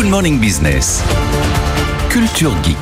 Good Morning Business. Culture Geek.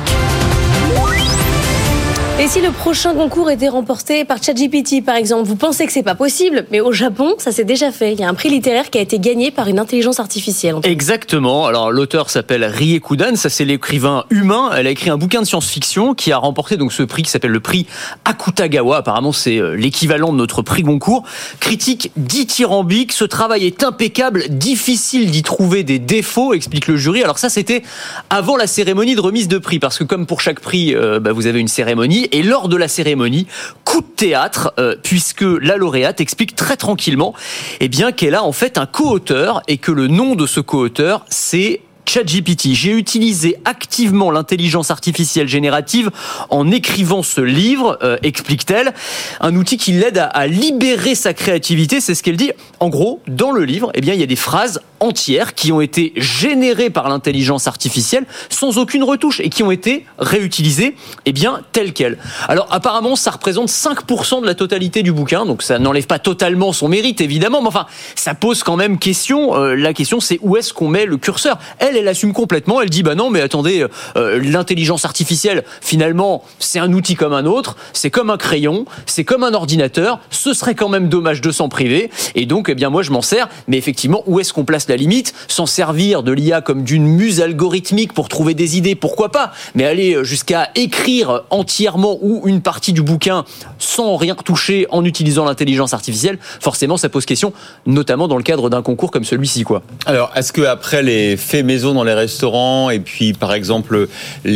Et si le prochain concours était remporté par ChatGPT, par exemple, vous pensez que c'est pas possible, mais au Japon, ça s'est déjà fait. Il y a un prix littéraire qui a été gagné par une intelligence artificielle. Exactement. Alors, l'auteur s'appelle Rie Kudan, ça c'est l'écrivain humain. Elle a écrit un bouquin de science-fiction qui a remporté donc ce prix qui s'appelle le prix Akutagawa. Apparemment, c'est l'équivalent de notre prix Goncourt. Critique dithyrambique, ce travail est impeccable, difficile d'y trouver des défauts, explique le jury. Alors ça, c'était avant la cérémonie de remise de prix, parce que comme pour chaque prix, vous avez une cérémonie. Et lors de la cérémonie, coup de théâtre, puisque la lauréate explique très tranquillement qu'elle a en fait un co-auteur et que le nom de ce co-auteur, c'est ChatGPT. J'ai utilisé activement l'intelligence artificielle générative en écrivant ce livre, explique-t-elle. Un outil qui l'aide à libérer sa créativité, c'est ce qu'elle dit. En gros, dans le livre, il y a des phrases entières qui ont été générées par l'intelligence artificielle sans aucune retouche et qui ont été réutilisées telles quelles. Alors apparemment, ça représente 5% de la totalité du bouquin, donc ça n'enlève pas totalement son mérite évidemment, mais enfin, ça pose quand même question. La question, c'est où est-ce qu'on met le curseur ? Elle assume complètement, elle dit non mais attendez, l'intelligence artificielle finalement c'est un outil comme un autre, c'est comme un crayon, c'est comme un ordinateur, ce serait quand même dommage de s'en priver, et donc moi je m'en sers, mais effectivement où est-ce qu'on place la limite ? S'en servir de l'IA comme d'une muse algorithmique pour trouver des idées, pourquoi pas, mais aller jusqu'à écrire entièrement ou une partie du bouquin sans rien retoucher en utilisant l'intelligence artificielle, forcément ça pose question, notamment dans le cadre d'un concours comme celui-ci quoi. Alors est-ce que après les faits maison dans les restaurants et puis par exemple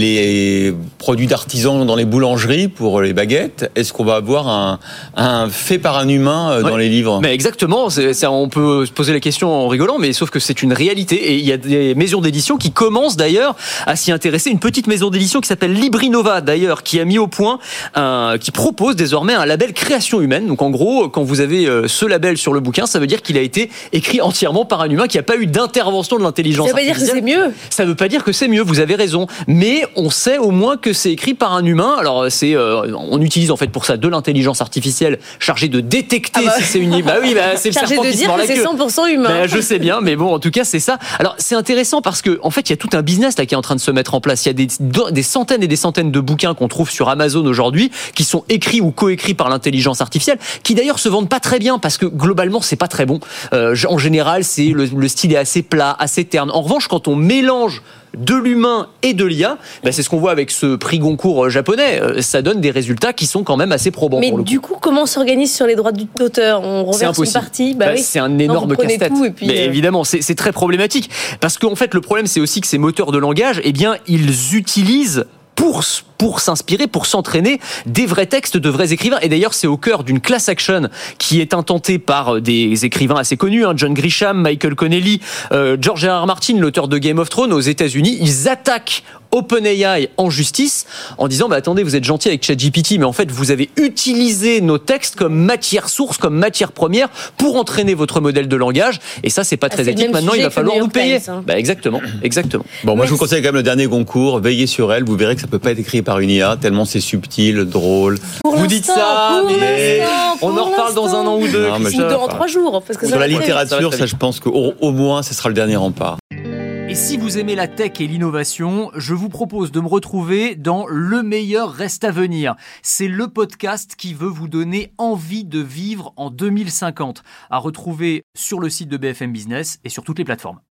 les produits d'artisans dans les boulangeries pour les baguettes, est-ce qu'on va avoir un fait par un humain dans les livres ? Mais exactement, on peut se poser la question en rigolant, mais sauf que c'est une réalité et il y a des maisons d'édition qui commencent d'ailleurs à s'y intéresser. Une petite maison d'édition qui s'appelle Librinova d'ailleurs, qui a mis au point, qui propose désormais un label création humaine. Donc en gros, quand vous avez ce label sur le bouquin, ça veut dire qu'il a été écrit entièrement par un humain, qui n'a pas eu d'intervention de l'intelligence artificielle. Ça veut pas dire que c'est mieux. Ça veut pas dire que c'est mieux, vous avez raison. Mais on sait au moins que c'est écrit par un humain. Alors on utilise en fait pour ça de l'intelligence artificielle chargée de détecter si c'est une... c'est le serpent qui se mord la queue. Chargée de dire que c'est 100% humain. Je sais bien, mais bon, en tout cas, c'est ça. Alors, c'est intéressant parce que, en fait, il y a tout un business là qui est en train de se mettre en place. Il y a des centaines et des centaines de bouquins qu'on trouve sur Amazon aujourd'hui, qui sont écrits ou coécrits par l'intelligence artificielle, qui d'ailleurs se vendent pas très bien parce que globalement, c'est pas très bon. En général, c'est le style est assez plat, assez terne. En revanche, quand on mélange de l'humain et de l'IA, c'est ce qu'on voit avec ce prix Goncourt japonais. Ça donne des résultats qui sont quand même assez probants. Mais du coup, comment on s'organise sur les droits d'auteur ? On reverse une partie ? C'est un énorme casse-tête. Mais évidemment, c'est très problématique. Parce qu'en fait, le problème, c'est aussi que ces moteurs de langage, ils utilisent pour s'inspirer, pour s'entraîner des vrais textes de vrais écrivains. Et d'ailleurs, c'est au cœur d'une class action qui est intentée par des écrivains assez connus, John Grisham, Michael Connelly, George R.R. Martin, l'auteur de Game of Thrones aux États-Unis. Ils attaquent OpenAI en justice en disant attendez, vous êtes gentil avec ChatGPT, mais en fait vous avez utilisé nos textes comme matière source, comme matière première pour entraîner votre modèle de langage, et ça c'est pas très éthique. Maintenant il va falloir nous payer. Exactement. Bon, moi je vous conseille quand même le dernier Goncourt, veillez sur elle, vous verrez que ça peut pas être écrit par une IA tellement c'est subtil, drôle. Vous dites ça, mais on en reparle dans un an ou deux. Dans 3 jours. Parce que sur la littérature, ça je pense qu'au moins ce sera le dernier rempart. Et si vous aimez la tech et l'innovation, je vous propose de me retrouver dans Le meilleur reste à venir. C'est le podcast qui veut vous donner envie de vivre en 2050. À retrouver sur le site de BFM Business et sur toutes les plateformes.